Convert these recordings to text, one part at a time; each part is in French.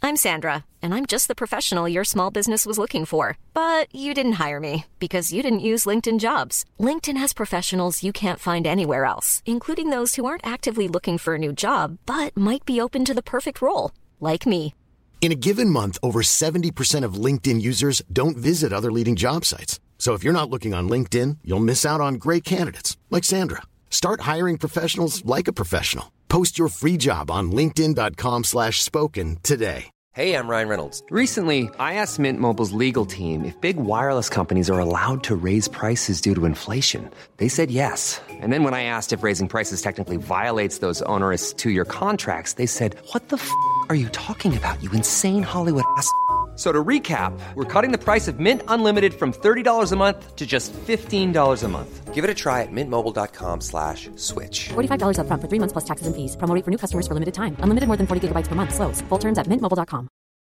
I'm Sandra, and I'm just the professional your small business was looking for. But you didn't hire me because you didn't use LinkedIn Jobs. LinkedIn has professionals you can't find anywhere else, including those who aren't actively looking for a new job, but might be open to the perfect role, like me. In a given month, over 70% of LinkedIn users don't visit other leading job sites. So if you're not looking on LinkedIn, you'll miss out on great candidates like Sandra. Start hiring professionals like a professional. Post your free job on linkedin.com/spoken today. Hey, I'm Ryan Reynolds. Recently, I asked Mint Mobile's legal team if big wireless companies are allowed to raise prices due to inflation. They said yes. And then when I asked if raising prices technically violates those onerous two-year contracts, they said, "What the f*** are you talking about, you insane Hollywood ass?" So to recap, we're cutting the price of Mint Unlimited from $30 a month to just $15 a month. Give it a try at mintmobile.com/switch. $45 up front for 3 months plus taxes and fees. Promo rate for new customers for limited time. Unlimited more than 40 gigabytes per month. Slows full terms at mintmobile.com.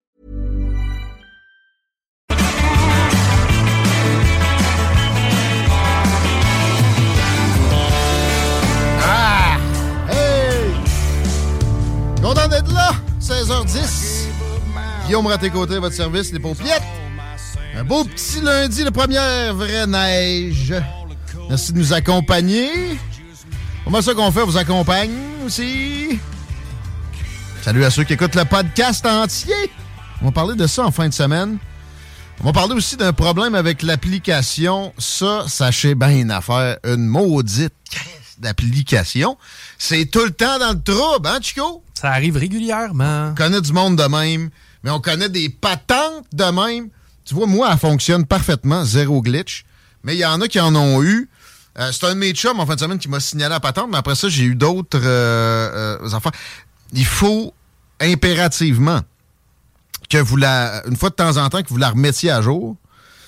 Ah! Hey! Content d'être là! 16h10. Guillaume Raté-Côté, votre service, les paupiettes. Un beau petit lundi, la première vraie neige. Merci de nous accompagner. Comment ça qu'on fait? On vous accompagne aussi. Salut à ceux qui écoutent le podcast entier. On va parler de ça en fin de semaine. On va parler aussi d'un problème avec l'application. Ça, sachez bien une affaire. Une maudite d'application. C'est tout le temps dans le trouble, hein, Chico? Ça arrive régulièrement. On connaît du monde de même, mais on connaît des patentes de même. Tu vois, moi, elle fonctionne parfaitement, zéro glitch. Mais il y en a qui en ont eu. C'est un de mes chums en fin de semaine qui m'a signalé la patente, mais après ça, j'ai eu d'autres affaires. Il faut impérativement que vous une fois de temps en temps, que vous la remettiez à jour.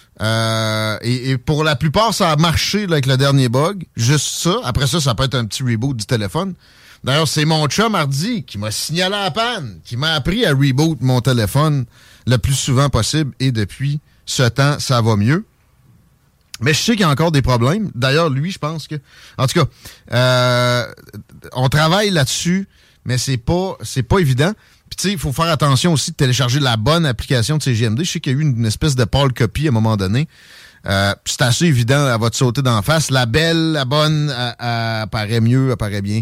Et pour la plupart, ça a marché là, avec le dernier bug. Juste ça. Après ça, ça peut être un petit reboot du téléphone. D'ailleurs, c'est mon chum Hardy qui m'a signalé la panne, qui m'a appris à reboot mon téléphone le plus souvent possible. Et depuis ce temps, ça va mieux. Mais je sais qu'il y a encore des problèmes. D'ailleurs, lui, je pense que... En tout cas, on travaille là-dessus, mais c'est pas évident. Puis tu sais, il faut faire attention aussi de télécharger la bonne application de CJMD. Je sais qu'il y a eu une espèce de pâle copie à un moment donné. C'est assez évident, elle va te sauter d'en face. La belle, la bonne, elle apparaît mieux, apparaît bien.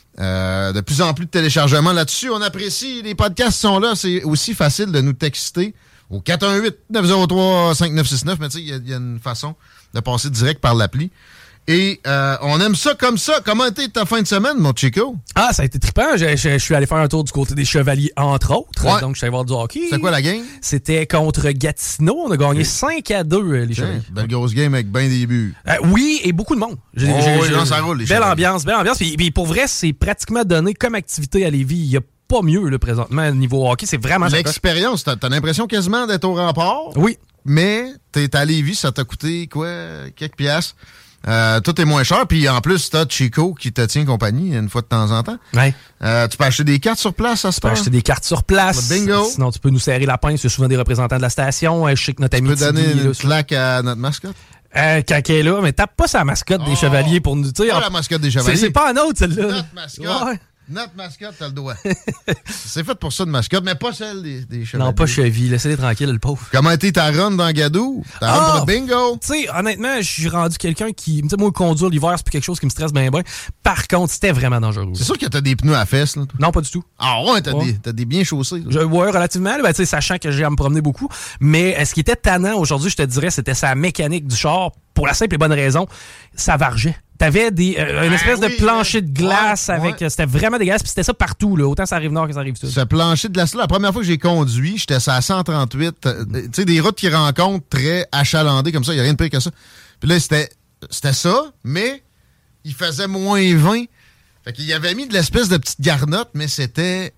De plus en plus de téléchargements là-dessus. On apprécie. Les podcasts sont là. C'est aussi facile de nous texter au 418-903-5969. Mais tu sais, il y a une façon de passer direct par l'appli. Et on aime ça comme ça. Comment était ta fin de semaine, mon Chico? Ah, ça a été trippant. Je suis allé faire un tour du côté des Chevaliers, entre autres. Ouais. Donc, je suis allé voir du hockey. C'était quoi la game? C'était contre Gatineau. On a gagné 5-2, les Chevaliers. Belle grosse game avec bien des buts. Oui, et beaucoup de monde. Ça roule, les belle Chevaliers. ambiance. Puis pour vrai, c'est pratiquement donné comme activité à Lévis. Il n'y a pas mieux, là, présentement, niveau hockey. C'est vraiment... L'expérience, t'as l'impression quasiment d'être au rempart. Oui. Mais t'es à Lévis, ça t'a coûté, quoi, quelques piastres. Tout est moins cher, puis en plus, t'as Chico qui te tient compagnie une fois de temps en temps. Ouais. Tu peux acheter des cartes sur place, ça se passe? Tu peux acheter des cartes sur place. Bingo. Sinon, tu peux nous serrer la pince. Il y a souvent des représentants de la station. Je sais que notre ami Tu peux donner Tiggy, une claque à notre mascotte? Quand elle est là, mais tape pas sa mascotte des Chevaliers pour nous dire. Pas la mascotte des Chevaliers. C'est pas un autre, celle-là. Notre mascotte. Ouais. Notre mascotte, t'as le doigt. C'est fait pour ça de mascotte, mais pas celle des Chevaliers. Non, pas Chevy. Laissez-les tranquilles, le pauvre. Comment était ta run dans Gadou? Ta run pour le bingo? Tu sais, honnêtement, je suis rendu quelqu'un qui... Tu sais, moi, conduire l'hiver, c'est plus quelque chose qui me stresse bien. Par contre, c'était vraiment dangereux. C'est sûr que t'as des pneus à fesses, là? Toi. Non, pas du tout. Ah ouais, t'as des bien chaussés. Ouais, relativement, là, ben, tu sais, sachant que j'ai à me promener beaucoup. Mais ce qui était tannant aujourd'hui, je te dirais, c'était sa mécanique du char. Pour la simple et bonne raison, ça vargeait. T'avais une espèce de plancher de glace avec... C'était vraiment dégueulasse, puis c'était ça partout, là. Autant ça arrive nord que ça arrive sud. Ce plancher de glace-là, la première fois que j'ai conduit, j'étais à 138. Tu sais, des routes qui rencontrent très achalandées comme ça, il n'y a rien de pire que ça. Puis là, c'était ça, mais il faisait moins 20. Fait qu'il y avait mis de l'espèce de petite garnotte, mais c'était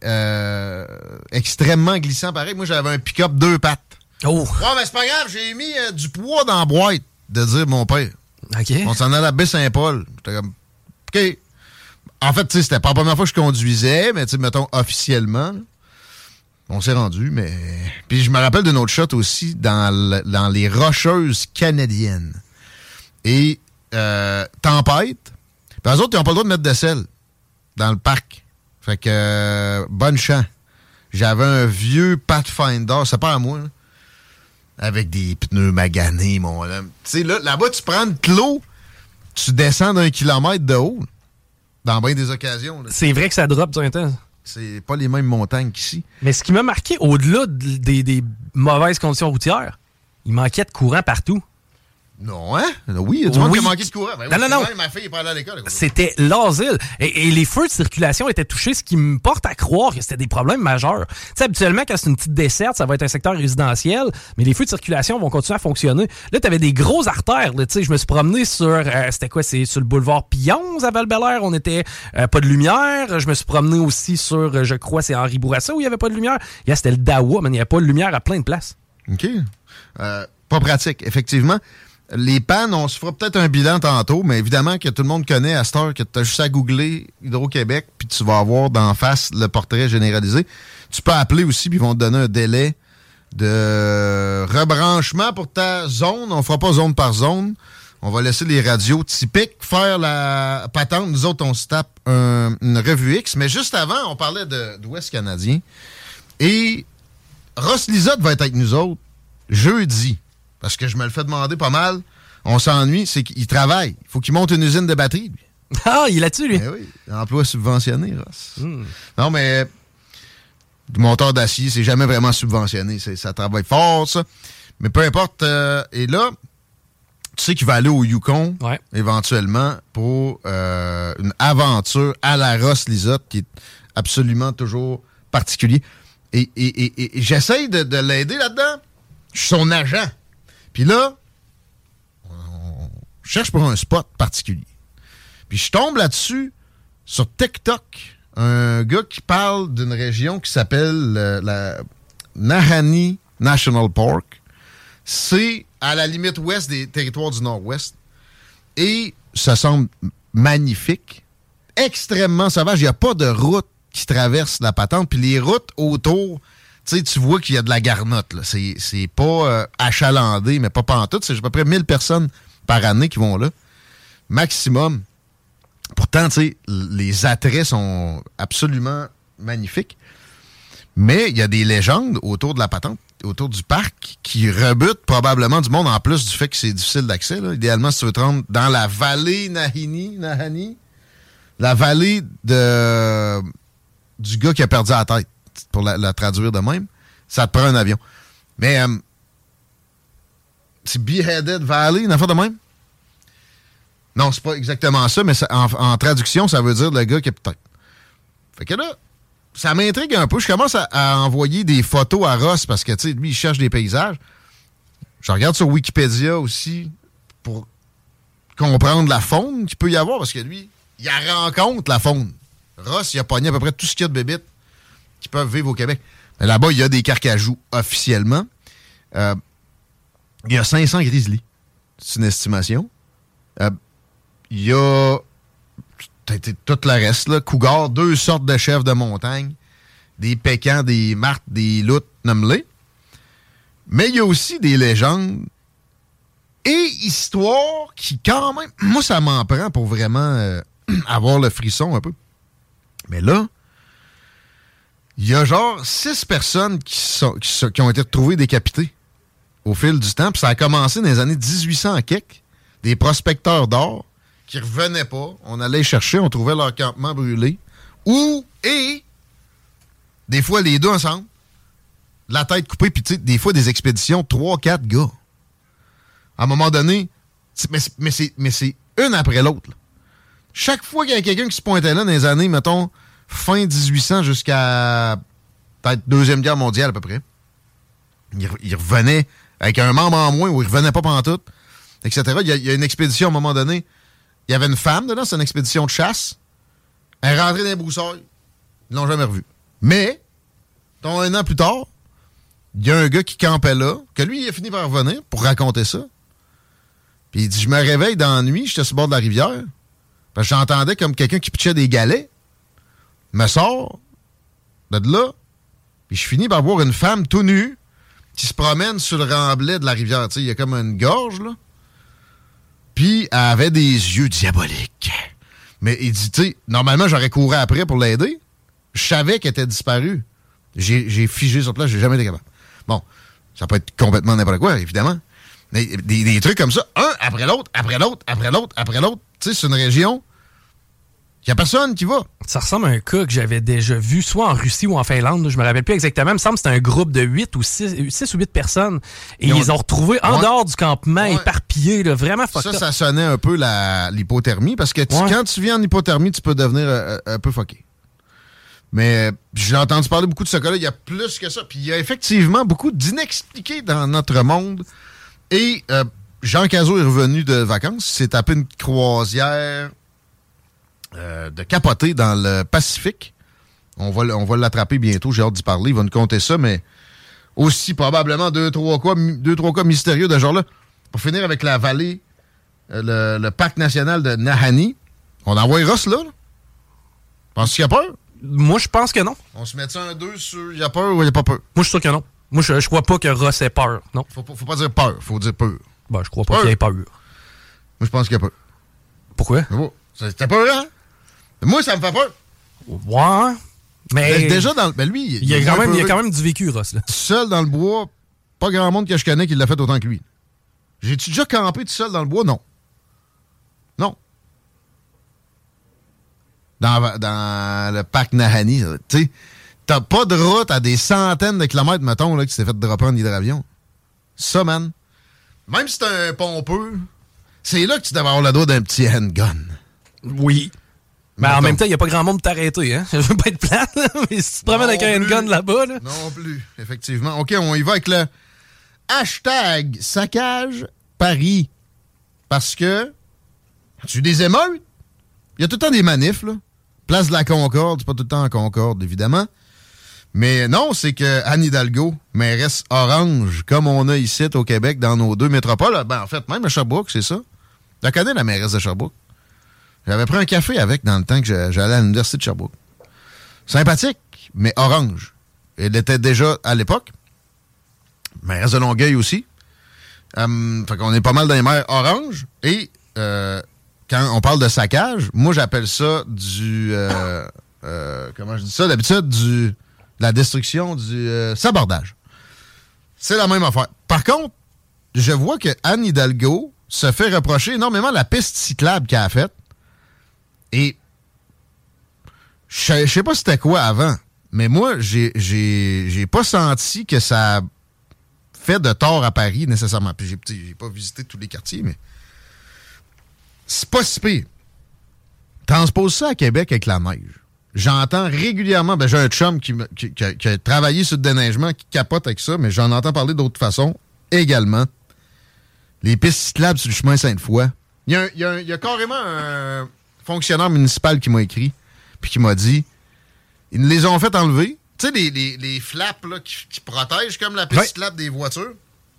extrêmement glissant pareil. Moi, j'avais un pick-up 2 pattes. Oh! Ouais, mais c'est pas grave, j'ai mis du poids dans la boîte, de dire mon père. OK. On s'en allait à Baie-Saint-Paul. J'étais comme, OK. En fait, tu sais, c'était pas la première fois que je conduisais, mais tu sais, mettons, officiellement, on s'est rendu, mais... Puis je me rappelle d'une autre shot aussi dans les Rocheuses canadiennes. Et tempête. Puis eux autres, ils n'ont pas le droit de mettre de sel dans le parc. Fait que, bonne chance. J'avais un vieux Pathfinder, c'est pas à moi, là, avec des pneus maganés, mon homme. Tu sais, là-bas, tu prends de l'eau, tu descends d'1 kilomètre de haut, dans bien des occasions. Là. C'est vrai que ça drop sur un temps. C'est pas les mêmes montagnes qu'ici. Mais ce qui m'a marqué, au-delà des mauvaises conditions routières, il manquait de courant partout. Non, hein? Oui, il y a du monde qui a manqué de courant. Ben, non. Ma fille n'est pas allée à l'école. C'était l'asile. Et les feux de circulation étaient touchés, ce qui me porte à croire que c'était des problèmes majeurs. Tu sais, habituellement, quand c'est une petite desserte, ça va être un secteur résidentiel, mais les feux de circulation vont continuer à fonctionner. Là, tu avais des grosses artères. Tu sais, je me suis promené sur, c'était quoi? C'est sur le boulevard Pionze à Val-Bélair. On était pas de lumière. Je me suis promené aussi sur, je crois, c'est Henri Bourassa où il n'y avait pas de lumière. C'était le Dawa, mais il n'y avait pas de lumière à plein de places. OK. Pas pratique, effectivement. Les pannes, on se fera peut-être un bilan tantôt, mais évidemment que tout le monde connaît à cette heure que tu as juste à googler Hydro-Québec, puis tu vas avoir d'en face le portrait généralisé. Tu peux appeler aussi, puis ils vont te donner un délai de rebranchement pour ta zone. On fera pas zone par zone. On va laisser les radios typiques faire la patente. Nous autres, on se tape une revue X. Mais juste avant, on parlait d'Ouest canadien. Et Ross Lizotte va être avec nous autres jeudi. Parce que je me le fais demander pas mal. On s'ennuie, c'est qu'il travaille. Il faut qu'il monte une usine de batterie, lui. Ah, il est là-dessus, lui. Eh oui, emploi subventionné, Ross. Non, mais du monteur d'acier, c'est jamais vraiment subventionné. Ça travaille fort, ça. Mais peu importe. Et là, tu sais qu'il va aller au Yukon, éventuellement, pour une aventure à la Ross Lizotte, qui est absolument toujours particulier. Et j'essaye de l'aider là-dedans. Je suis son agent. Puis là, on cherche pour un spot particulier. Puis je tombe là-dessus, sur TikTok, un gars qui parle d'une région qui s'appelle la Nahanni National Park. C'est à la limite ouest des territoires du Nord-Ouest. Et ça semble magnifique. Extrêmement sauvage. Il n'y a pas de route qui traverse la patente. Puis les routes autour... Tu sais, tu vois qu'il y a de la garnotte. Là. C'est pas achalandé, mais pas pantoute. C'est à peu près 1000 personnes par année qui vont là. Maximum. Pourtant, tu sais, les attraits sont absolument magnifiques. Mais il y a des légendes autour de la patente, autour du parc, qui rebutent probablement du monde, en plus du fait que c'est difficile d'accès. Là. Idéalement, si tu veux te rendre dans la vallée Nahanni, la vallée du gars qui a perdu la tête. Pour la traduire de même, ça te prend un avion. Mais c'est Beheaded Valley, une affaire de même? Non, c'est pas exactement ça, mais en traduction, ça veut dire le gars qui est peut-être. Fait que là, ça m'intrigue un peu. Je commence à envoyer des photos à Ross parce que, tu sais, lui, il cherche des paysages. Je regarde sur Wikipédia aussi pour comprendre la faune qu'il peut y avoir parce que lui, il rencontre la faune. Ross, il a pogné à peu près tout ce qu'il y a de bébites qui peuvent vivre au Québec. Mais là-bas, il y a des carcajous officiellement. Il y a 500 grizzlies. C'est une estimation. Il y a tout le reste, là. Cougars, 2 sortes de chèvres de montagne, des pécans, des martres, des loutres, nomme-les. Mais il y a aussi des légendes et histoires qui, quand même, moi, ça m'en prend pour vraiment avoir le frisson un peu. Mais là, il y a genre 6 personnes qui ont été retrouvées décapitées au fil du temps. Puis ça a commencé dans les années 1800 à quelques. Des prospecteurs d'or qui revenaient pas. On allait les chercher, on trouvait leur campement brûlé. Et des fois, les deux ensemble, la tête coupée, puis tu sais, des fois, des expéditions, 3-4 gars. À un moment donné, mais c'est une après l'autre. Là. Chaque fois qu'il y a quelqu'un qui se pointait là dans les années, mettons, fin 1800 jusqu'à peut-être Deuxième Guerre mondiale à peu près. Il revenait avec un membre en moins ou il revenait pas pantoute, etc. Il y a une expédition à un moment donné. Il y avait une femme dedans, c'est une expédition de chasse. Elle est rentrée dans les broussailles. Ils l'ont jamais revue. Mais, 1 an plus tard, il y a un gars qui campait là, que lui, il a fini par revenir pour raconter ça. Puis il dit, je me réveille dans la nuit, j'étais sur le bord de la rivière, parce que j'entendais comme quelqu'un qui pitchait des galets. Me sort de là, puis je finis par voir une femme tout nue qui se promène sur le remblai de la rivière. Tu sais, il y a comme une gorge, là. Puis elle avait des yeux diaboliques. Mais il dit, tu sais, normalement, j'aurais couru après pour l'aider. Je savais qu'elle était disparue. J'ai figé sur place, j'ai jamais été capable. Bon, ça peut être complètement n'importe quoi, évidemment. Mais des trucs comme ça, un après l'autre, après l'autre, après l'autre, après l'autre. Tu sais, c'est une région, il n'y a personne qui va. Ça ressemble à un cas que j'avais déjà vu, soit en Russie ou en Finlande, je me rappelle plus exactement. Il me semble que c'était un groupe de 6 ou 8 personnes. Et ils ont retrouvés en dehors du campement, éparpillés, là, vraiment fucked up. Ça sonnait un peu l'hypothermie, parce que quand tu viens en hypothermie, tu peux devenir un peu fucké. Mais j'ai entendu parler beaucoup de ce cas-là. Il y a plus que ça. Puis il y a effectivement beaucoup d'inexpliqués dans notre monde. Et Jean Cazot est revenu de vacances. Il s'est tapé une croisière de capoter dans le Pacifique. On va l'attraper bientôt. J'ai hâte d'y parler. Il va nous conter ça, mais aussi probablement deux, trois cas mystérieux de ce genre-là. Pour finir avec la vallée, le parc national de Nahanni. On envoie Ross là? Penses-tu qu'il y a peur? Moi, je pense que non. On se met ça un 2 sur il y a peur ou il n'y a pas peur? Moi, je suis sûr que non. Moi, je crois pas que Ross ait peur, non. Faut pas dire peur, faut dire peur. Ben, je crois pas qu'il ait peur. Moi, je pense qu'il y a peur. Pourquoi? C'était peur, hein? Moi, ça me fait peur. Ouais. Mais déjà, lui, il y a quand même du vécu, Ross, là. Seul dans le bois, pas grand monde que je connais qui l'a fait autant que lui. J'ai-tu déjà campé tout seul dans le bois? Non. Non. Dans le parc Nahanni, tu sais, t'as pas de route à des centaines de kilomètres, mettons, là, qui s'est fait dropper en hydravion. Ça, man. Même si c'est un pompeux, c'est là que tu devais avoir le doigt d'un petit handgun. Oui. Mais en même temps, il n'y a pas grand monde pour t'arrêter, hein? Je veux pas être plate, là, mais si tu te promènes avec un handgun là-bas, là... Non plus, effectivement. OK, on y va avec le hashtag saccage Paris. Parce que... As-tu des émeutes? Il y a tout le temps des manifs, là. Place de la Concorde, c'est pas tout le temps en Concorde, évidemment. Mais non, c'est que Anne Hidalgo, mairesse orange, comme on a ici au Québec, dans nos deux métropoles, ben en fait, même à Sherbrooke, c'est ça. Je la connais, la mairesse de Sherbrooke. J'avais pris un café avec dans le temps que j'allais à l'université de Sherbrooke. Sympathique, mais orange. Elle était déjà, à l'époque, mairesse de Longueuil aussi. Fait qu'on est pas mal dans les maires orange. Et quand on parle de saccage, moi, j'appelle ça du... comment je dis ça? D'habitude, de la destruction, du sabordage. C'est la même affaire. Par contre, je vois que Anne Hidalgo se fait reprocher énormément la piste cyclable qu'elle a faite. Et je sais pas c'était quoi avant, mais moi, j'ai pas senti que ça fait de tort à Paris nécessairement. Puis j'ai pas visité tous les quartiers, mais c'est pas si pire. Transpose ça à Québec avec la neige. J'entends régulièrement, j'ai un chum qui a travaillé sur le déneigement, qui capote avec ça, mais j'en entends parler d'autres façons également. Les pistes cyclables sur le chemin Sainte-Foy. Il y a carrément un fonctionnaire municipal qui m'a écrit, puis qui m'a dit, ils nous les ont fait enlever. Tu sais, les flaps là, qui protègent comme la piste cyclable des voitures.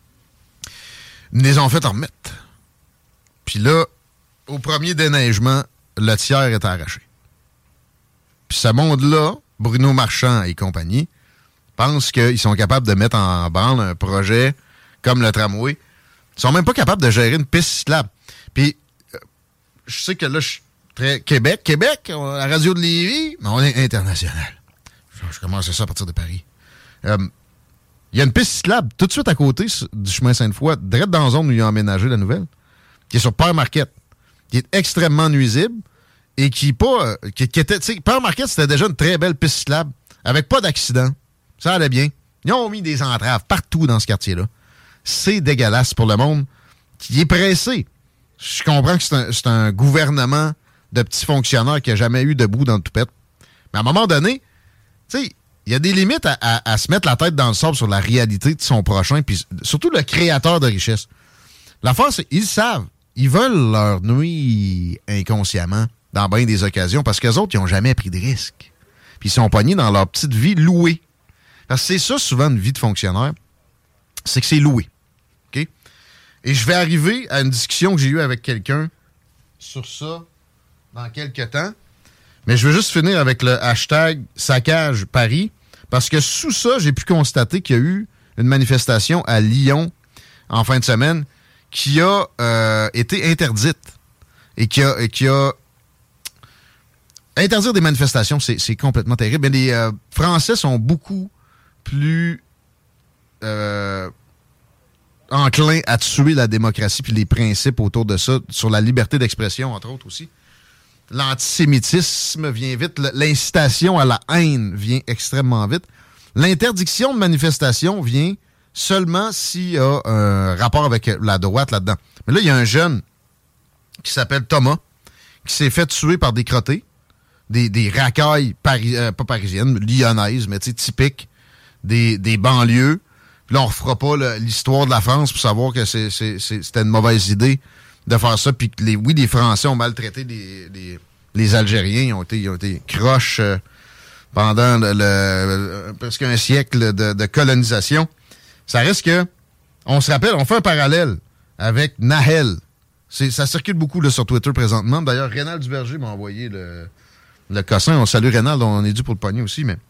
Ils nous les ont fait en remettre. Puis là, au premier déneigement, le tiers est arraché. Puis ce monde-là, Bruno Marchand et compagnie, pensent qu'ils sont capables de mettre en branle un projet comme le tramway. Ils sont même pas capables de gérer une piste cyclable. Puis, je sais que là, je suis très Québec, la radio de Lévis, mais on est international. Je commence ça à partir de Paris. Il y a une piste cyclable tout de suite à côté du chemin Sainte-Foy, direct dans la zone où ils ont aménagé la nouvelle, qui est sur Père Marquette, qui est extrêmement nuisible et qui était, tu sais, Père Marquette, c'était déjà une très belle piste cyclable, avec pas d'accident. Ça allait bien. Ils ont mis des entraves partout dans ce quartier-là. C'est dégueulasse pour le monde qui est pressé. Je comprends que c'est un gouvernement de petits fonctionnaires qui n'a jamais eu debout dans le toupette. Mais à un moment donné, tu sais, il y a des limites à se mettre la tête dans le sable sur la réalité de son prochain, puis surtout le créateur de richesse. L'affaire, c'est qu'ils savent. Ils veulent leur nuire inconsciemment dans bien des occasions parce qu'eux autres, ils n'ont jamais pris de risques. Puis ils sont pognés dans leur petite vie louée. Parce que c'est ça, souvent, une vie de fonctionnaire, c'est que c'est loué. OK? Et je vais arriver à une discussion que j'ai eue avec quelqu'un sur ça dans quelques temps. Mais je veux juste finir avec le hashtag saccage Paris, parce que sous ça, j'ai pu constater qu'il y a eu une manifestation à Lyon en fin de semaine qui a été interdite. Et qui a... Interdire des manifestations, c'est complètement terrible. Mais les Français sont beaucoup plus enclin à tuer la démocratie puis les principes autour de ça, sur la liberté d'expression, entre autres aussi. L'antisémitisme vient vite. L'incitation à la haine vient extrêmement vite. L'interdiction de manifestation vient seulement s'il y a un rapport avec la droite là-dedans. Mais là, il y a un jeune qui s'appelle Thomas qui s'est fait tuer par des crottés, des racailles, pas parisiennes, lyonnaises, mais typiques des banlieues. Puis là, on ne refera pas l'histoire de la France pour savoir que c'était une mauvaise idée de faire ça. Puis que les Français ont maltraité les Algériens. Ils ont été croches pendant presque un siècle de colonisation. Ça reste que, on se rappelle, on fait un parallèle avec Nahel. Ça circule beaucoup là, sur Twitter présentement. D'ailleurs, Rénal Duberger m'a envoyé le cossin. On salue Rénal, on est dû pour le pogner aussi. Mais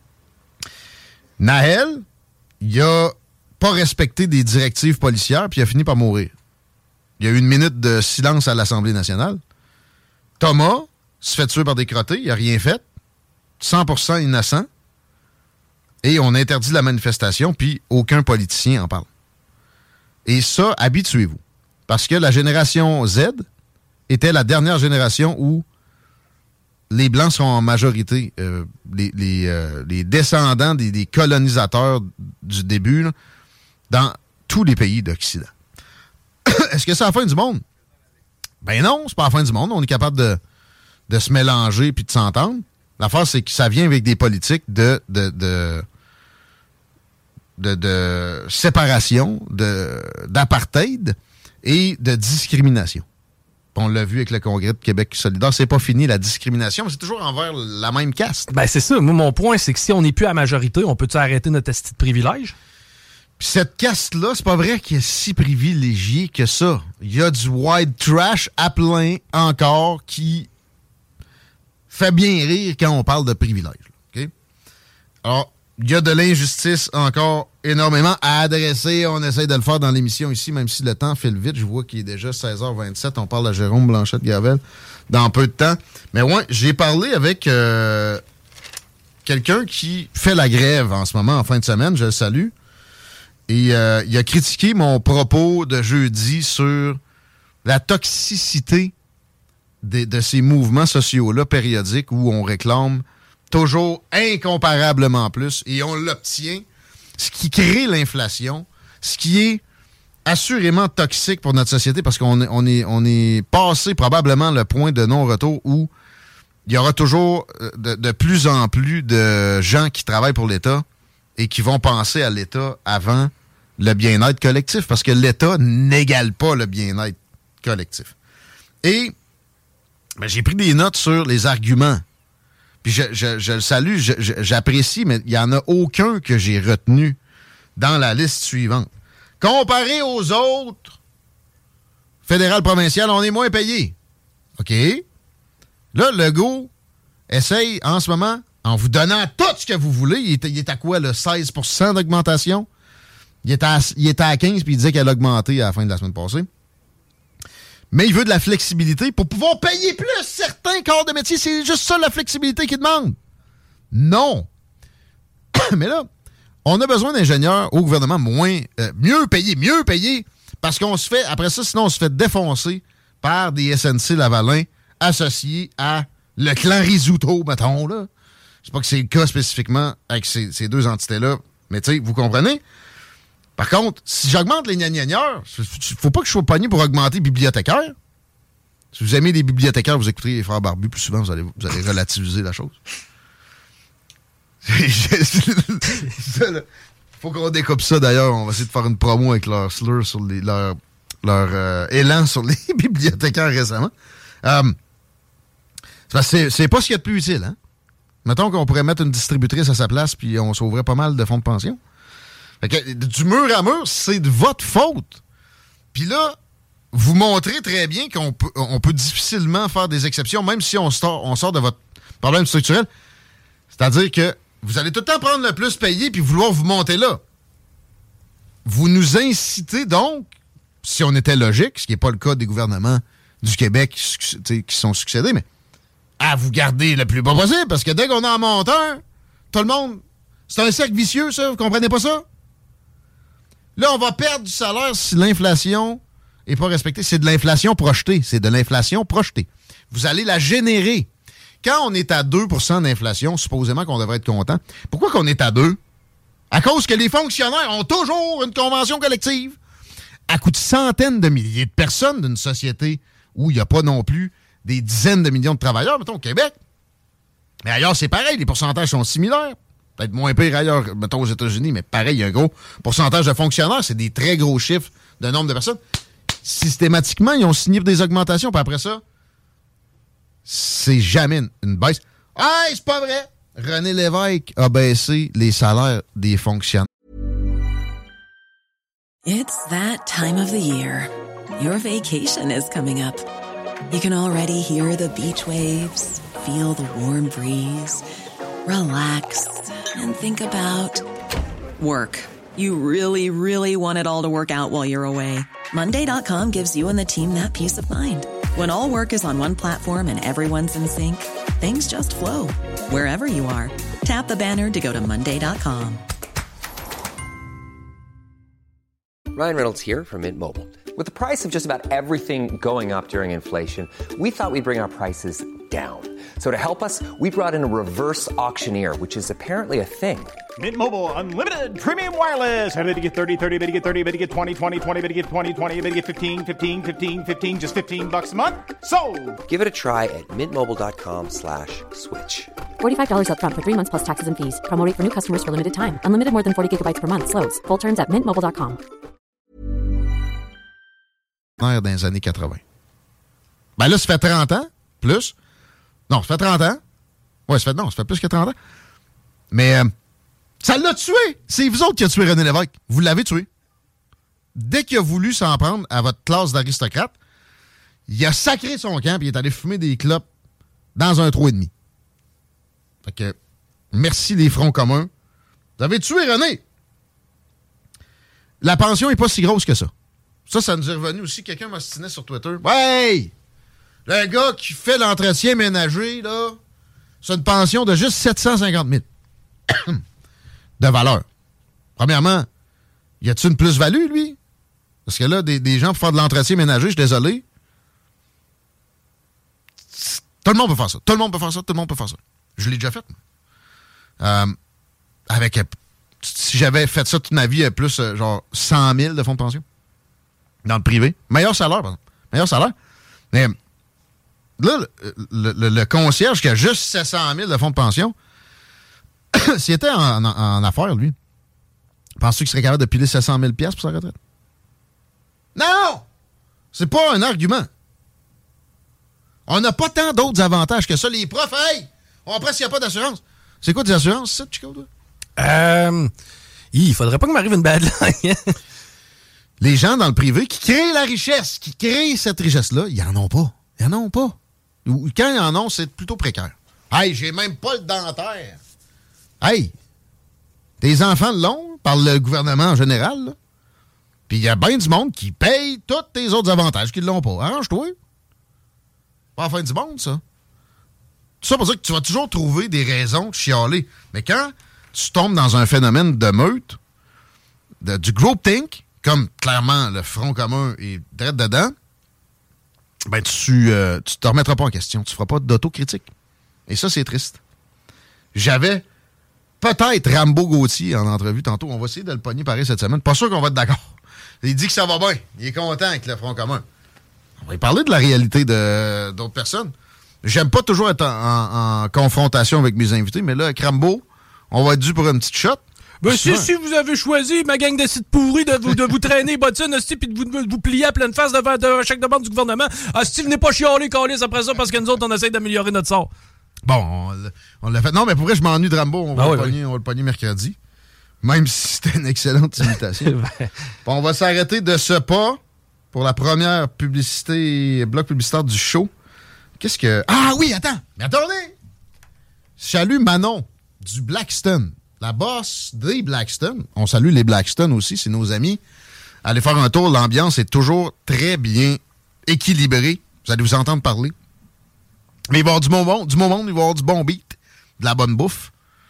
Nahel, il a pas respecté des directives policières, puis il a fini par mourir. Il y a eu une minute de silence à l'Assemblée nationale. Thomas se fait tuer par des crottés, il n'a rien fait. 100% innocent. Et on interdit la manifestation, puis aucun politicien en parle. Et ça, habituez-vous. Parce que la génération Z était la dernière génération où les Blancs sont en majorité. Les descendants des colonisateurs du début, là, dans tous les pays d'Occident. Est-ce que c'est la fin du monde? Ben non, c'est pas la fin du monde. On est capable de se mélanger puis de s'entendre. L'affaire, c'est que ça vient avec des politiques de séparation, d'apartheid et de discrimination. On l'a vu avec le Congrès de Québec solidaire. C'est pas fini, la discrimination, mais c'est toujours envers la même caste. Ben c'est ça. Moi, mon point, c'est que si on n'est plus à majorité, on peut-tu arrêter notre esti de privilège? Puis cette caste-là, c'est pas vrai qu'elle est si privilégiée que ça. Il y a du white trash à plein encore qui fait bien rire quand on parle de privilège. Okay? Alors, il y a de l'injustice encore énormément à adresser. On essaie de le faire dans l'émission ici, même si le temps file vite. Je vois qu'il est déjà 16h27. On parle de Jérôme Blanchette-Gravel dans peu de temps. Mais ouais, j'ai parlé avec quelqu'un qui fait la grève en ce moment, en fin de semaine. Je le salue. Et il a critiqué mon propos de jeudi sur la toxicité de ces mouvements sociaux-là périodiques où on réclame toujours incomparablement plus et on l'obtient, ce qui crée l'inflation, ce qui est assurément toxique pour notre société parce qu'on est passé probablement le point de non-retour où il y aura toujours de plus en plus de gens qui travaillent pour l'État et qui vont penser à l'État avant le bien-être collectif parce que l'État n'égale pas le bien-être collectif. Et ben, j'ai pris des notes sur les arguments. Puis je le salue, j'apprécie, mais il n'y en a aucun que j'ai retenu dans la liste suivante. Comparé aux autres fédérales provinciales, on est moins payé. OK? Là, Legault essaye en ce moment, en vous donnant tout ce que vous voulez, il est à quoi, le 16% d'augmentation? Il était à 15 puis il disait qu'elle a augmenté à la fin de la semaine passée. Mais il veut de la flexibilité pour pouvoir payer plus certains corps de métier. C'est juste ça la flexibilité qu'il demande. Non. Mais là, on a besoin d'ingénieurs au gouvernement mieux payés, parce qu'on se fait, après ça, sinon on se fait défoncer par des SNC Lavalin associés à le clan Rizzuto, mettons, là. Je sais pas que c'est le cas spécifiquement avec ces deux entités-là, mais tu sais, vous comprenez? Par contre, si j'augmente les gnagneurs, faut pas que je sois pogné pour augmenter les bibliothécaires. Si vous aimez les bibliothécaires, vous écouterez les frères barbus plus souvent, vous allez relativiser la chose. Faut qu'on découpe ça d'ailleurs. On va essayer de faire une promo avec leur slur sur leur élan sur les bibliothécaires récemment. C'est pas ce qu'il y a de plus utile, hein? Mettons qu'on pourrait mettre une distributrice à sa place puis on sauverait pas mal de fonds de pension. Fait que, du mur à mur, c'est de votre faute. Puis là, vous montrez très bien qu'on peut difficilement faire des exceptions, même si on sort de votre problème structurel. C'est-à-dire que vous allez tout le temps prendre le plus payé puis vouloir vous monter là. Vous nous incitez donc, si on était logique, ce qui n'est pas le cas des gouvernements du Québec qui sont succédés, mais à vous garder le plus bas possible, parce que dès qu'on en monte un, tout le monde C'est un cercle vicieux, ça. Vous comprenez pas ça? Là, on va perdre du salaire si l'inflation n'est pas respectée. C'est de l'inflation projetée. C'est de l'inflation projetée. Vous allez la générer. Quand on est à 2 % d'inflation, supposément qu'on devrait être content. Pourquoi qu'on est à 2? À cause que les fonctionnaires ont toujours une convention collective à coût de centaines de milliers de personnes d'une société où il n'y a pas non plus des dizaines de millions de travailleurs, mettons au Québec. Mais ailleurs, c'est pareil. Les pourcentages sont similaires. Peut-être moins pire ailleurs, mettons aux États-Unis, mais pareil, il y a un gros pourcentage de fonctionnaires. C'est des très gros chiffres de nombre de personnes. Systématiquement, ils ont signé pour des augmentations, puis après ça, c'est jamais une baisse. Ah, c'est pas vrai! René Lévesque a baissé les salaires des fonctionnaires. It's that time of the year. Your vacation is coming up. You can already hear the beach waves, feel the warm breeze, relax, and think about work. You really, really want it all to work out while you're away. Monday.com gives you and the team that peace of mind. When all work is on one platform and everyone's in sync, things just flow. Wherever you are, tap the banner to go to Monday.com. Ryan Reynolds here from Mint Mobile. With the price of just about everything going up during inflation, we thought we'd bring our prices down. So to help us, we brought in a reverse auctioneer, which is apparently a thing. Mint Mobile Unlimited Premium Wireless. How to get 30, 30, bit to get 30, bit to get 20, 20, 20, bit to get 20, 20, bit to get 15, 15, 15, 15, just $15 a month? Sold! Give it a try at mintmobile.com/switch. $45 up front for 3 months plus taxes and fees. Promo rate for new customers for limited time. Unlimited more than 40 gigabytes per month. Slows full terms at mintmobile.com. Dans les années 80. Ben là, ça fait 30 ans, plus. Non, ça fait 30 ans. Ouais, ça fait plus que 30 ans. Mais ça l'a tué. C'est vous autres qui avez tué René Lévesque. Vous l'avez tué. Dès qu'il a voulu s'en prendre à votre classe d'aristocrate, il a sacré son camp et il est allé fumer des clopes dans un trou et demi. Fait que, merci les fronts communs. Vous avez tué René. La pension n'est pas si grosse que ça. Ça nous est revenu aussi. Quelqu'un m'ostinait sur Twitter. Ouais! Le gars qui fait l'entretien ménager, là, c'est une pension de juste 750 000 de valeur. Premièrement, y a-t-il une plus-value, lui? Parce que là, des gens pour faire de l'entretien ménager, je suis désolé. Tout le monde peut faire ça. Tout le monde peut faire ça. Tout le monde peut faire ça. Je l'ai déjà fait. Si j'avais fait ça toute ma vie, plus genre 100 000 de fonds de pension. Dans le privé. Meilleur salaire, par exemple. Meilleur salaire. Mais là, le concierge qui a juste 700 000 de fonds de pension, s'il était en affaires, lui, penses-tu qu'il serait capable de piler 700 000 $ pour sa retraite? Non! C'est pas un argument. On n'a pas tant d'autres avantages que ça. Les profs, hey! On presque il n'y a pas d'assurance. C'est quoi des assurances, ça, Chico, toi? Il faudrait pas que m'arrive une bad line. Les gens dans le privé qui créent la richesse, qui créent cette richesse-là, ils en ont pas. Ils en ont pas. Ou quand ils en ont, c'est plutôt précaire. Hey, j'ai même pas le dentaire. Hey! Tes enfants l'ont par le gouvernement en général, là. Puis il y a bien du monde qui paye tous tes autres avantages qui l'ont pas. Arrange-toi. Pas la fin du monde, ça. Tout ça pour dire que tu vas toujours trouver des raisons de chialer. Mais quand tu tombes dans un phénomène de meute, du groupthink, comme clairement le Front commun est direct dedans, ben tu te remettras pas en question. Tu feras pas d'autocritique. Et ça, c'est triste. J'avais peut-être Rambo Gauthier en entrevue tantôt. On va essayer de le pogner pareil cette semaine. Pas sûr qu'on va être d'accord. Il dit que ça va bien. Il est content avec le Front commun. On va y parler de la réalité d'autres personnes. J'aime pas toujours être en confrontation avec mes invités, mais là, avec Rambo, on va être dû pour une petite shot. Ben si vous avez choisi, ma gang d'acides pourris, de vous traîner bottines, puis de vous plier à pleine face devant chaque demande du gouvernement, venez pas chialer, câlisse après ça, parce que nous autres, on essaie d'améliorer notre sort. Bon, on l'a fait. Non, mais pour vrai, je m'ennuie de Rambo. On va le pogner mercredi. Même si c'était une excellente imitation. Bon, on va s'arrêter de ce pas pour la première bloc publicitaire du show. Qu'est-ce que... Ah oui, attends! Mais attendez! Salut Manon du Blackstone. La boss des Blackstone. On salue les Blackstone aussi, c'est nos amis. Allez faire un tour, l'ambiance est toujours très bien équilibrée. Vous allez vous entendre parler. Mais il va y avoir du bon monde, il va y avoir du bon beat, de la bonne bouffe.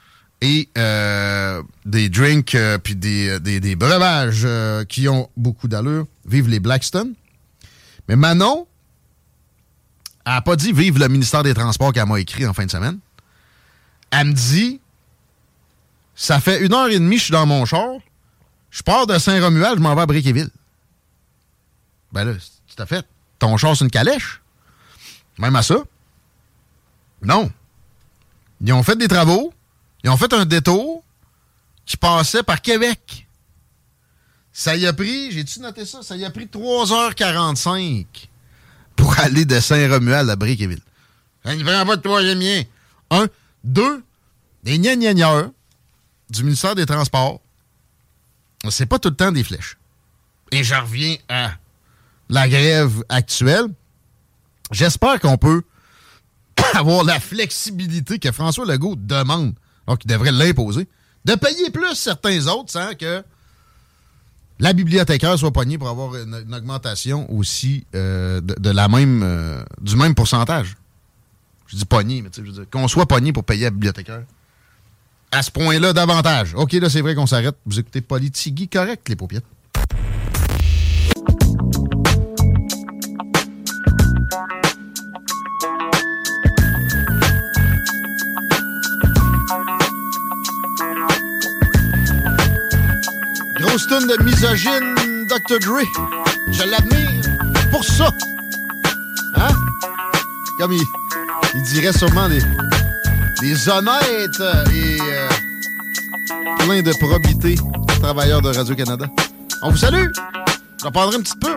et des drinks puis des breuvages qui ont beaucoup d'allure. Vive les Blackstone. Mais Manon, elle n'a pas dit vive le ministère des Transports qu'elle m'a écrit en fin de semaine. Elle me dit, ça fait 1h30, je suis dans mon char, je pars de Saint-Romuald, je m'en vais à Briqueville. Ben là, c'est tout à fait. Ton char, c'est une calèche. Même à ça. Non. Ils ont fait des travaux. Ils ont fait un détour qui passait par Québec. Ça y a pris, j'ai-tu noté ça? Ça y a pris 3h45 pour aller de Saint-Romuald à Briqueville. Ça ne prend pas de troisième lien. 1. 2. Des gnagneurs du ministère des Transports. C'est pas tout le temps des flèches. Et j'en reviens à la grève actuelle. J'espère qu'on peut avoir la flexibilité que François Legault demande, donc il devrait l'imposer, de payer plus certains autres sans que la bibliothécaire soit pognée pour avoir une augmentation aussi de la même du même pourcentage. Je dis pogné, mais tu sais, je veux dire, qu'on soit pogné pour payer la bibliothécaire. À ce point-là, davantage. OK, là, c'est vrai qu'on s'arrête. Vous écoutez Politigui, correct, les paupiètes. Grosse toune de misogyne, Dr. Dre. Je l'admire pour ça. Hein? Comme il dirait sûrement des honnêtes et plein de probité travailleurs de Radio-Canada. On vous salue! J'en prendrai un petit peu.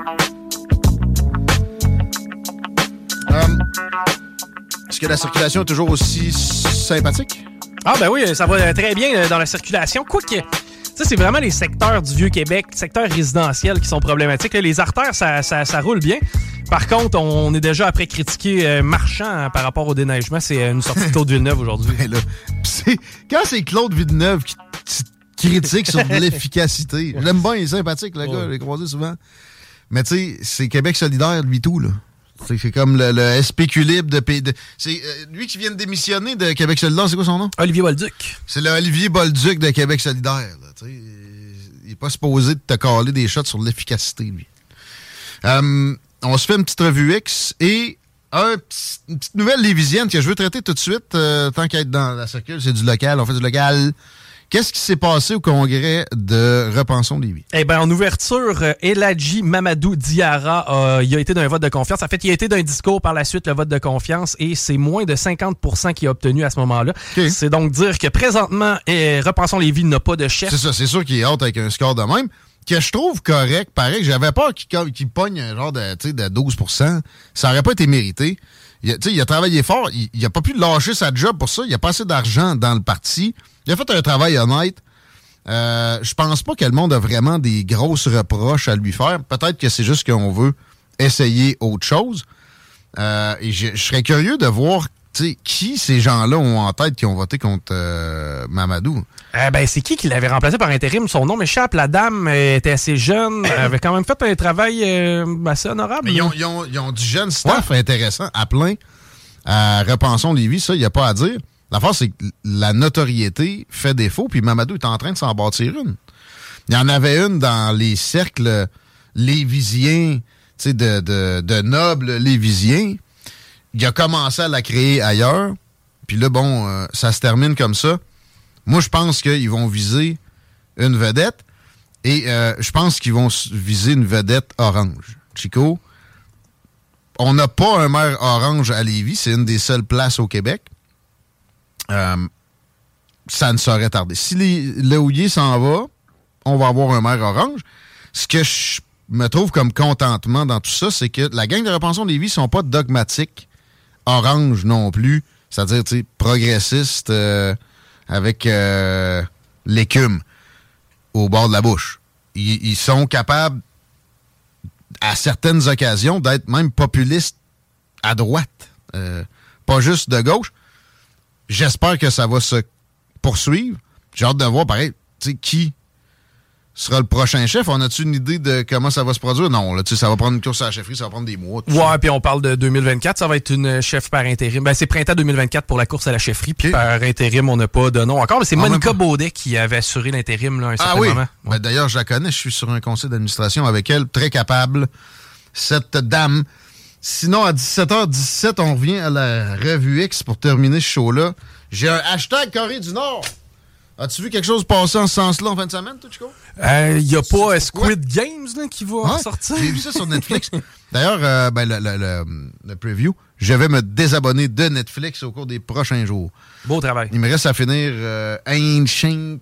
Est-ce que la circulation est toujours aussi sympathique? Ah ben oui, ça va très bien dans la circulation. Quoique, ça, c'est vraiment les secteurs du Vieux-Québec, secteurs résidentiels qui sont problématiques. Là, les artères, ça roule bien. Par contre, on est déjà après critiquer Marchand par rapport au déneigement. C'est une sortie de Claude Villeneuve aujourd'hui. Ben là, quand c'est Claude Villeneuve qui critique sur l'efficacité, je l'aime bien, il est sympathique, le gars, je l'ai croisé souvent. Mais tu sais, c'est Québec solidaire, lui tout, là. C'est comme le SPQ libre de c'est lui qui vient de démissionner de Québec solidaire, c'est quoi son nom? Olivier Bolduc. C'est le Olivier Bolduc de Québec solidaire. Là, il n'est pas supposé de te caler des shots sur l'efficacité, lui. On se fait une petite revue X et une petite nouvelle lévisienne que je veux traiter tout de suite, tant qu'à être dans la circule, c'est du local, on fait du local. Qu'est-ce qui s'est passé au congrès de Repensons Lévis? Eh bien, en ouverture, Eladji Mamadou Diarra, il a été d'un vote de confiance. En fait, il a été d'un discours par la suite, le vote de confiance, et c'est moins de 50% qu'il a obtenu à ce moment-là. Okay. C'est donc dire que présentement, Repensons Lévis n'a pas de chef. C'est ça, c'est sûr qu'il est haute avec un score de même, que je trouve correct. Pareil, j'avais peur qu'il pogne un genre de 12%. Ça n'aurait pas été mérité. Il a travaillé fort. Il n'a pas pu lâcher sa job pour ça. Il a pas assez d'argent dans le parti. Il a fait un travail honnête. Je pense pas que le monde a vraiment des grosses reproches à lui faire. Peut-être que c'est juste qu'on veut essayer autre chose. Et je serais curieux de voir qui ces gens-là ont en tête qui ont voté contre Mamadou. C'est qui l'avait remplacé par intérim? Son nom m'échappe. La dame était assez jeune. Elle avait quand même fait un travail assez honorable. Mais ils ont du jeune staff intéressant à plein. Repensons Lévis, ça, il n'y a pas à dire. L'affaire, c'est que la notoriété fait défaut, puis Mamadou est en train de s'en bâtir une. Il y en avait une dans les cercles lévisiens, de nobles lévisiens. Il a commencé à la créer ailleurs, puis là, ça se termine comme ça. Moi, je pense qu'ils vont viser une vedette, et je pense qu'ils vont viser une vedette orange. Chico, on n'a pas un maire orange à Lévis, c'est une des seules places au Québec. Ça ne saurait tarder. Si Léouillier s'en va, on va avoir un maire orange. Ce que je me trouve comme contentement dans tout ça, c'est que la gang de Repensons Lévis ne sont pas dogmatiques orange non plus, c'est-à-dire progressistes avec l'écume au bord de la bouche. Ils sont capables, à certaines occasions, d'être même populistes à droite, pas juste de gauche. J'espère que ça va se poursuivre. J'ai hâte de voir, pareil, qui sera le prochain chef. On a-tu une idée de comment ça va se produire? Non, là, ça va prendre une course à la chefferie, ça va prendre des mois. Ouais, puis on parle de 2024, ça va être une chef par intérim. Ben, c'est printemps 2024 pour la course à la chefferie, puis par intérim, on n'a pas de nom encore, mais c'est Monica Baudet qui avait assuré l'intérim là, un certain moment. Ouais. Ben, d'ailleurs, je la connais, je suis sur un conseil d'administration avec elle, très capable, cette dame. Sinon, à 17h17, on revient à la Revue X pour terminer ce show-là. J'ai un hashtag Corée du Nord. As-tu vu quelque chose passer en ce sens-là en fin de semaine, toi, Chico? Il n'y a pas Squid Games là, qui va sortir. J'ai vu ça sur Netflix. D'ailleurs, le preview, je vais me désabonner de Netflix au cours des prochains jours. Beau travail. Il me reste à finir Ancient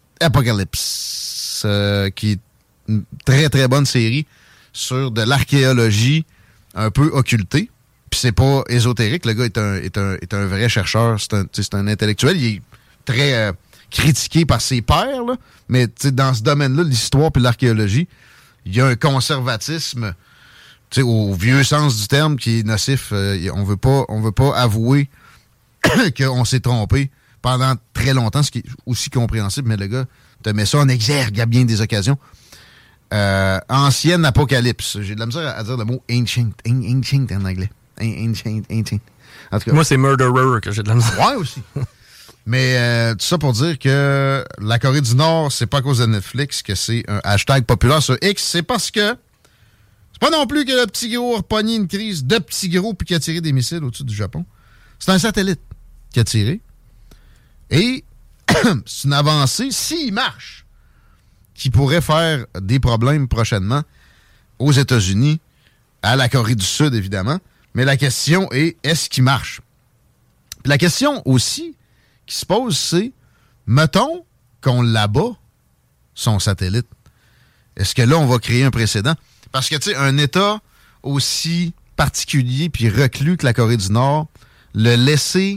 Apocalypse, qui est une très, très bonne série sur de l'archéologie un peu occultée. Puis c'est pas ésotérique. Le gars est un vrai chercheur. C'est un intellectuel. Il est très... critiqué par ses pairs, là. Mais dans ce domaine-là, l'histoire et l'archéologie, il y a un conservatisme au vieux sens du terme qui est nocif. On veut pas avouer qu'on s'est trompé pendant très longtemps, ce qui est aussi compréhensible, mais le gars te met ça en exergue à bien des occasions. Ancienne Apocalypse. J'ai de la misère à dire le mot ancient en anglais. Ancient. En tout cas, moi, c'est Murderer que j'ai de la misère. Ouais, aussi. Mais tout ça pour dire que la Corée du Nord, c'est pas à cause de Netflix que c'est un hashtag populaire sur X, c'est parce que c'est pas non plus que le petit gros a repogné une crise de petit gros puis qui a tiré des missiles au-dessus du Japon. C'est un satellite qui a tiré. Et c'est une avancée, s'il marche, qui pourrait faire des problèmes prochainement aux États-Unis, à la Corée du Sud, évidemment. Mais la question est, est-ce qu'il marche? Puis la question aussi qui se pose, c'est, mettons qu'on l'abat, son satellite. Est-ce que là, on va créer un précédent? Parce que, tu sais, un État aussi particulier puis reclus que la Corée du Nord, le laisser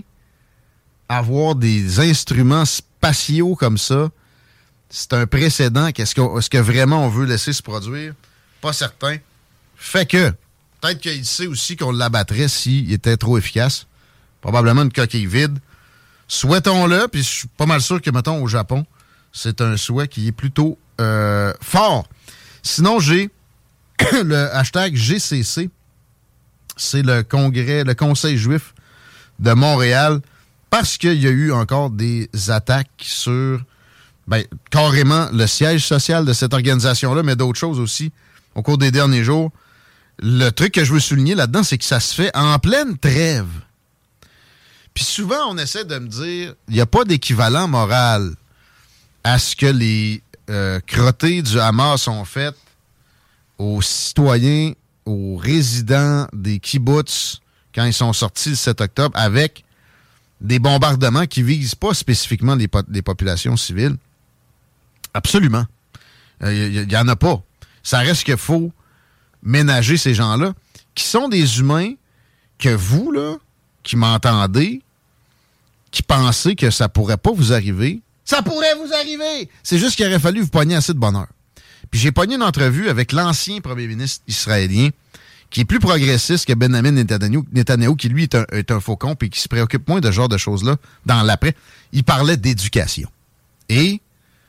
avoir des instruments spatiaux comme ça, c'est un précédent. Est-ce que vraiment on veut laisser se produire? Pas certain. Fait que, peut-être qu'il sait aussi qu'on l'abattrait s'il était trop efficace. Probablement une coquille vide. Souhaitons-le, puis je suis pas mal sûr que, mettons, au Japon, c'est un souhait qui est plutôt fort. Sinon, j'ai le hashtag GCC. C'est le Conseil juif de Montréal, parce qu'il y a eu encore des attaques sur, carrément, le siège social de cette organisation-là, mais d'autres choses aussi au cours des derniers jours. Le truc que je veux souligner là-dedans, c'est que ça se fait en pleine trêve. Puis souvent, on essaie de me dire, il n'y a pas d'équivalent moral à ce que les crottés du Hamas ont fait aux citoyens, aux résidents des kibbutz quand ils sont sortis le 7 octobre avec des bombardements qui visent pas spécifiquement les populations civiles. Absolument. Il y en a pas. Ça reste qu'il faut ménager ces gens-là, qui sont des humains que vous, là, qui m'entendez, qui pensez que ça pourrait pas vous arriver. Ça pourrait vous arriver! C'est juste qu'il aurait fallu vous pogner assez de bonheur. Puis j'ai pogné une entrevue avec l'ancien premier ministre israélien, qui est plus progressiste que Benjamin Netanyahu, qui lui est un faucon et qui se préoccupe moins de ce genre de choses-là dans l'après. Il parlait d'éducation. Et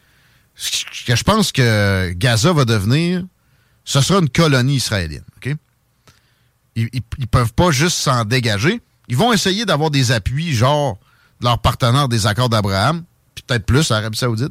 ce que je pense que Gaza va devenir, ce sera une colonie israélienne. OK? Ils peuvent pas juste s'en dégager. Ils vont essayer d'avoir des appuis, genre de leurs partenaires des accords d'Abraham, puis peut-être plus, Arabie Saoudite.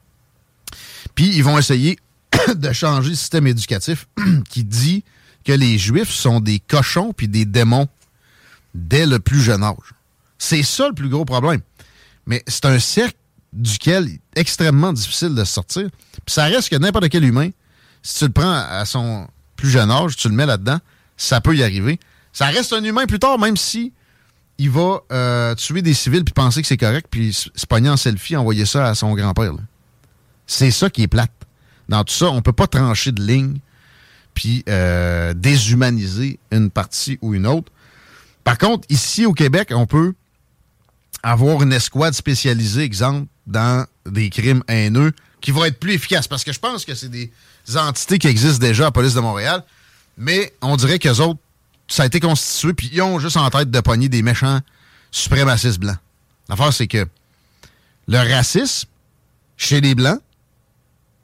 Puis ils vont essayer de changer le système éducatif qui dit que les Juifs sont des cochons puis des démons dès le plus jeune âge. C'est ça le plus gros problème. Mais c'est un cercle duquel il est extrêmement difficile de sortir. Puis ça reste que n'importe quel humain, si tu le prends à son plus jeune âge, tu le mets là-dedans, ça peut y arriver. Ça reste un humain plus tard, même si il va tuer des civils puis penser que c'est correct, puis se pogner en selfie, envoyer ça à son grand-père. Là. C'est ça qui est plate. Dans tout ça, on peut pas trancher de ligne puis déshumaniser une partie ou une autre. Par contre, ici au Québec, on peut avoir une escouade spécialisée, exemple, dans des crimes haineux, qui va être plus efficace. Parce que je pense que c'est des entités qui existent déjà à la police de Montréal, mais on dirait qu'eux autres, ça a été constitué, puis ils ont juste en tête de pogner des méchants suprémacistes blancs. L'affaire, c'est que le racisme chez les Blancs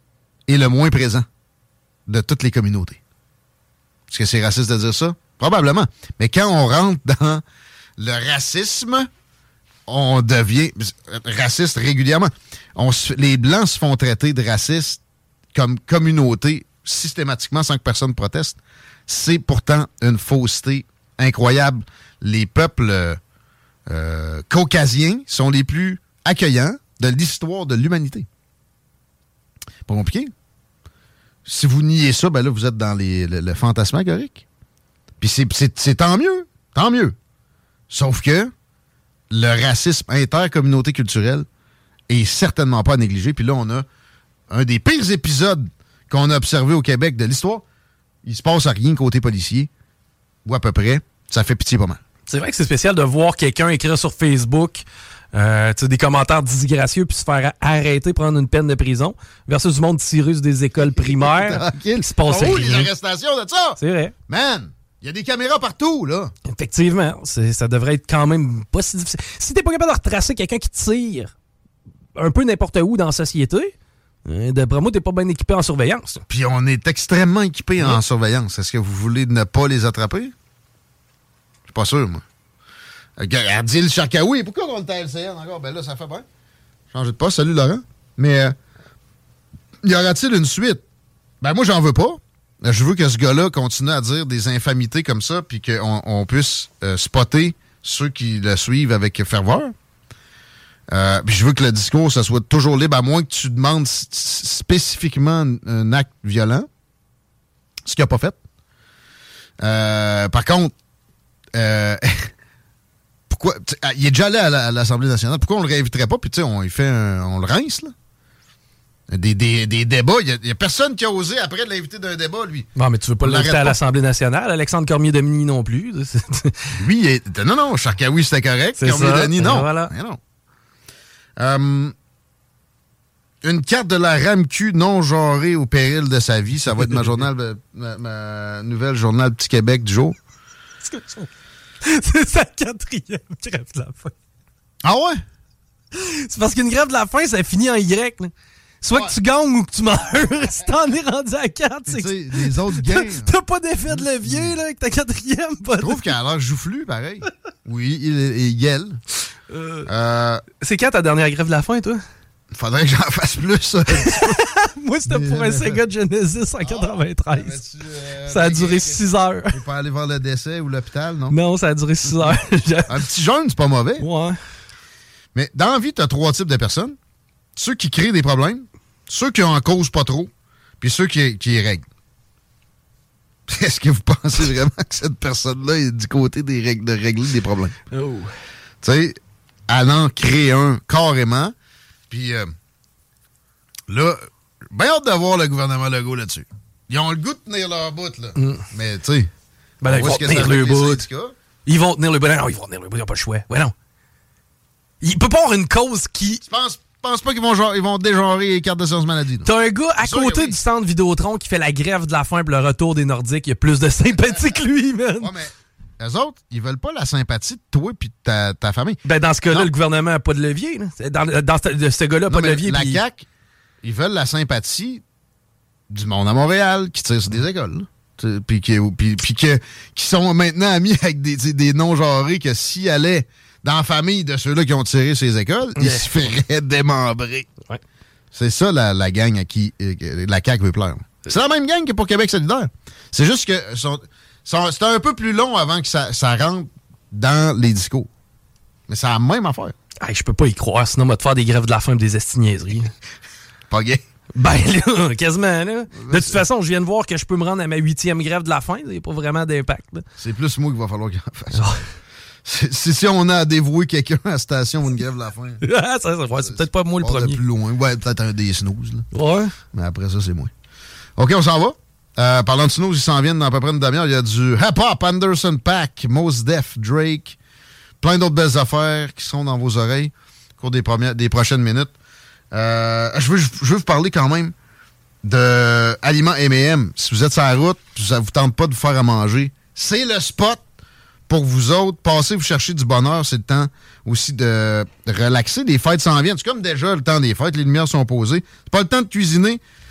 est le moins présent de toutes les communautés. Est-ce que c'est raciste de dire ça? Probablement. Mais quand on rentre dans le racisme, on devient raciste régulièrement. Les Blancs se font traiter de racistes comme communauté systématiquement sans que personne proteste. C'est pourtant une fausseté incroyable. Les peuples caucasiens sont les plus accueillants de l'histoire de l'humanité. Pas compliqué. Si vous niez ça, ben là, vous êtes dans le fantasmagorique. Puis c'est tant mieux. Tant mieux. Sauf que le racisme intercommunauté culturelle est certainement pas à négliger. Puis là, on a un des pires épisodes qu'on a observé au Québec de l'histoire. Il se passe à rien côté policier, ou à peu près. Ça fait pitié pas mal. C'est vrai que c'est spécial de voir quelqu'un écrire sur Facebook des commentaires disgracieux puis se faire arrêter, prendre une peine de prison, versus du monde tiré sur des écoles primaires. Tranquille. Qui se passe rien. Les arrestations de ça? C'est vrai. Man, il y a des caméras partout, là. Effectivement, ça devrait être quand même pas si difficile. Si t'es pas capable de retracer quelqu'un qui tire un peu n'importe où dans la société, d'après moi, t'es pas bien équipé en surveillance. Puis on est extrêmement équipé en surveillance. Est-ce que vous voulez ne pas les attraper? Je suis pas sûr, moi. Adil Sharkawi, pourquoi on est à LCN encore? Ben là, ça fait bien. Changez de poste, salut Laurent. Mais y aura-t-il une suite? Ben moi, j'en veux pas. Je veux que ce gars-là continue à dire des infamités comme ça, puis qu'on puisse spotter ceux qui le suivent avec ferveur. Puis je veux que le discours, ça soit toujours libre, à moins que tu demandes spécifiquement un acte violent, ce qu'il n'a pas fait. Par contre, pourquoi il est déjà allé à l'Assemblée nationale, pourquoi on le réinviterait pas? Puis tu sais, on le rince, là. Des débats. Il n'y a personne qui a osé après de l'inviter d'un débat, lui. Non, mais tu veux pas l'inviter à l'Assemblée nationale. Alexandre Cormier-Dominy non plus. Lui, non, Sharkawi, c'était correct. Cormier-Dominy, non. Voilà. Non. Une carte de la RAMQ non genrée au péril de sa vie. Ça va être ma nouvelle journal Petit Québec du jour. C'est sa 4e grève de la faim. Ah ouais? C'est parce qu'une grève de la faim, ça finit en Y. Là. Soit que tu gagnes ou que tu meurs. Si t'en es rendu à 4, c'est que les autres gagnent. T'as pas d'effet de levier là, avec ta 4e. Je trouve qu'elle a l'air joufflu, pareil. Oui, il gueule. C'est quand ta dernière grève de la faim, toi? Faudrait que j'en fasse plus. Moi, c'était pour un Sega Genesis en 93. Ça a duré 6 heures. Tu peux pas aller voir le décès ou l'hôpital, non? Non, ça a duré 6 heures. Un petit jeûne, c'est pas mauvais. Ouais. Mais dans la vie, t'as 3 types de personnes. Ceux qui créent des problèmes, ceux qui en causent pas trop, puis ceux qui les règlent. Est-ce que vous pensez vraiment que cette personne-là est du côté de régler des problèmes? Oh. Tu sais, elle en crée un carrément. Puis là, bien hâte de voir le gouvernement Legault là-dessus. Ils ont le goût de tenir leur bout, là. Mais tu sais, ben ils vont tenir le bout. Ils vont tenir le bout. Non, ils vont tenir le bout, ils n'ont pas le choix. Ouais, non. Il peut pas avoir une cause qui... Je pense pas qu'ils vont dégenrer les cartes d'assurance maladie. T'as un gars à côté du centre Vidéotron qui fait la grève de la faim pour le retour des Nordiques. Il a plus de sympathie que lui, man. Ouais, mais eux autres, ils veulent pas la sympathie de toi et de ta famille. Ben, dans ce cas-là, le gouvernement n'a pas de levier. Là. Dans ce gars-là, pas de levier. La CAQ, ils veulent la sympathie du monde à Montréal qui tire sur des écoles. Puis qui sont maintenant amis avec des non-genrés que s'ils allaient dans la famille de ceux-là qui ont tiré ces écoles, ils se feraient démembrer. Ouais. C'est ça la gang à qui la CAQ veut plaire. C'est la même gang que pour Québec solidaire. C'est juste que c'est un peu plus long avant que ça rentre dans les discours. Mais c'est la même affaire. Hey, je peux pas y croire, sinon on va te faire des grèves de la faim et des estigniaiseries. Pas gay. Ben là, quasiment là. De toute façon, je viens de voir que je peux me rendre à ma 8e grève de la faim. Il n'y a pas vraiment d'impact. Là. C'est plus moi qu'il va falloir qu'il en fasse. Si on a à dévouer quelqu'un à la station ou une grève de la faim. c'est peut-être pas moi le premier. Plus loin. Ouais, peut-être un des snooze. Là. Ouais. Mais après ça, c'est moi. OK, on s'en va. Parlant de snooze, ils s'en viennent dans à peu près une demi-heure. Il y a du Hip-Hop, Anderson .Paak, Mos Def, Drake, plein d'autres belles affaires qui sont dans vos oreilles au cours des prochaines minutes. Je veux vous parler quand même de Aliments M&M. Si vous êtes sur la route, ça vous tente pas de vous faire à manger, c'est le spot pour vous autres. Passez, vous cherchez du bonheur. C'est le temps aussi de relaxer. Les fêtes s'en viennent. C'est comme déjà le temps des fêtes. Les lumières sont posées. C'est pas le temps de cuisiner.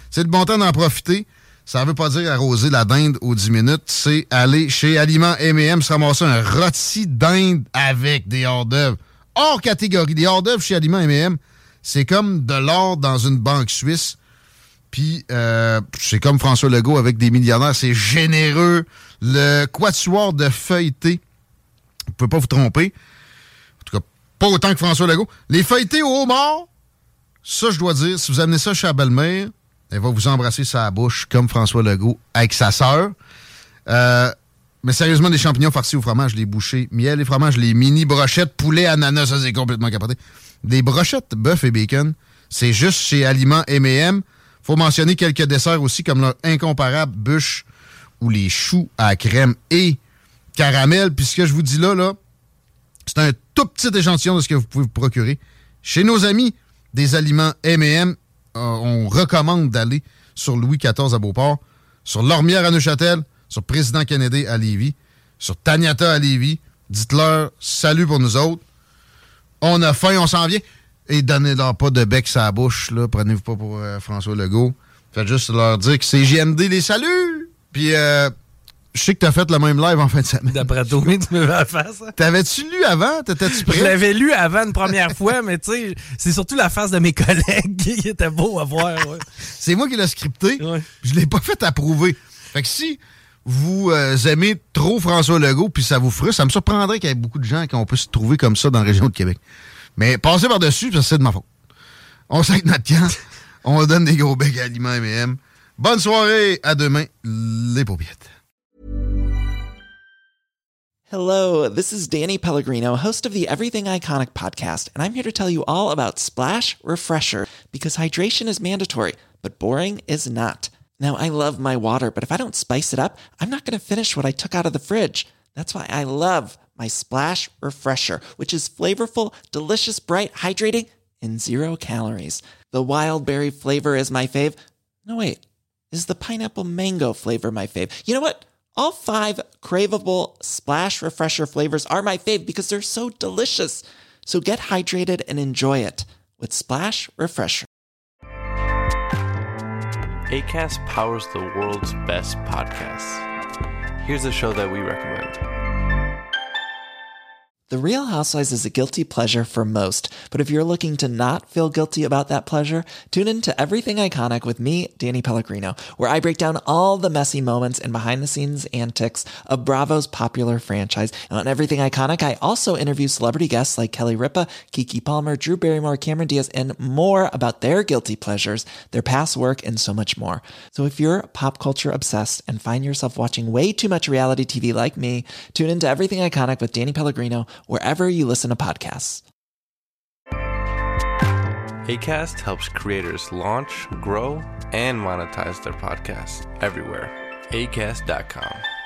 C'est le bon temps d'en profiter. Ça veut pas dire arroser la dinde aux 10 minutes. C'est aller chez Aliments M&M se ramasser un rôti dinde avec des hors-d'œuvre. Hors catégorie. Des hors-d'œuvre chez Aliments M&M, c'est comme de l'or dans une banque suisse. Puis, c'est comme François Legault avec des millionnaires. C'est généreux. Le quatuor de feuilleté, vous pouvez pas vous tromper. En tout cas, pas autant que François Legault. Les feuilletés au homard, ça, je dois dire, si vous amenez ça chez la belle-mère, elle va vous embrasser sa bouche comme François Legault avec sa sœur. Mais sérieusement, des champignons farcis au fromage, les bouchées, miel et fromage, les mini brochettes, poulet, ananas, ça c'est complètement capoté. Des brochettes, bœuf et bacon, c'est juste chez Aliments M&M. Faut mentionner quelques desserts aussi, comme leur incomparable bûche ou les choux à crème et caramel. Puis ce que je vous dis là, c'est un tout petit échantillon de ce que vous pouvez vous procurer. Chez nos amis des Aliments M&M, on recommande d'aller sur Louis XIV à Beauport, sur Lormière à Neuchâtel, sur Président Kennedy à Lévis, sur Taniata à Lévis. Dites-leur salut pour nous autres. On a faim, on s'en vient. Et donnez-leur pas de bec sur la bouche, là. Prenez-vous pas pour François Legault. Faites juste leur dire que c'est JMD les saluts! Puis, je sais que t'as fait le même live en fin de semaine. D'après toi, tu me vas faire ça. T'avais-tu lu avant? T'étais-tu prêt? Je l'avais lu avant une première fois, mais tu sais, c'est surtout la face de mes collègues qui était beau à voir. Ouais. C'est moi qui l'ai scripté. Ouais. Je l'ai pas fait approuver. Fait que si vous aimez trop François Legault puis ça vous frustre, ça me surprendrait qu'il y ait beaucoup de gens qui ont pu se trouver comme ça dans la région de Québec. Mais passez par-dessus, parce que c'est de ma faute. On sait que notre camp, on donne des gros becs à Aliments M&M. Bonne soirée, à demain, les paupiettes. Hello, this is Danny Pellegrino, host of the Everything Iconic podcast, and I'm here to tell you all about Splash Refresher, because hydration is mandatory, but boring is not. Now, I love my water, but if I don't spice it up, I'm not going to finish what I took out of the fridge. That's why I love my Splash Refresher, which is flavorful, delicious, bright, hydrating, and 0 calories. The wild berry flavor is my fave. No, wait. Is the pineapple mango flavor my fave? You know what? All 5 craveable Splash Refresher flavors are my fave because they're so delicious. So get hydrated and enjoy it with Splash Refresher. Acast powers the world's best podcasts. Here's a show that we recommend. The Real Housewives is a guilty pleasure for most, but if you're looking to not feel guilty about that pleasure, tune in to Everything Iconic with me, Danny Pellegrino, where I break down all the messy moments and behind-the-scenes antics of Bravo's popular franchise. And on Everything Iconic, I also interview celebrity guests like Kelly Ripa, Keke Palmer, Drew Barrymore, Cameron Diaz, and more about their guilty pleasures, their past work, and so much more. So if you're pop culture obsessed and find yourself watching way too much reality TV like me, tune into Everything Iconic with Danny Pellegrino, wherever you listen to podcasts. Acast helps creators launch, grow, and monetize their podcasts everywhere. Acast.com.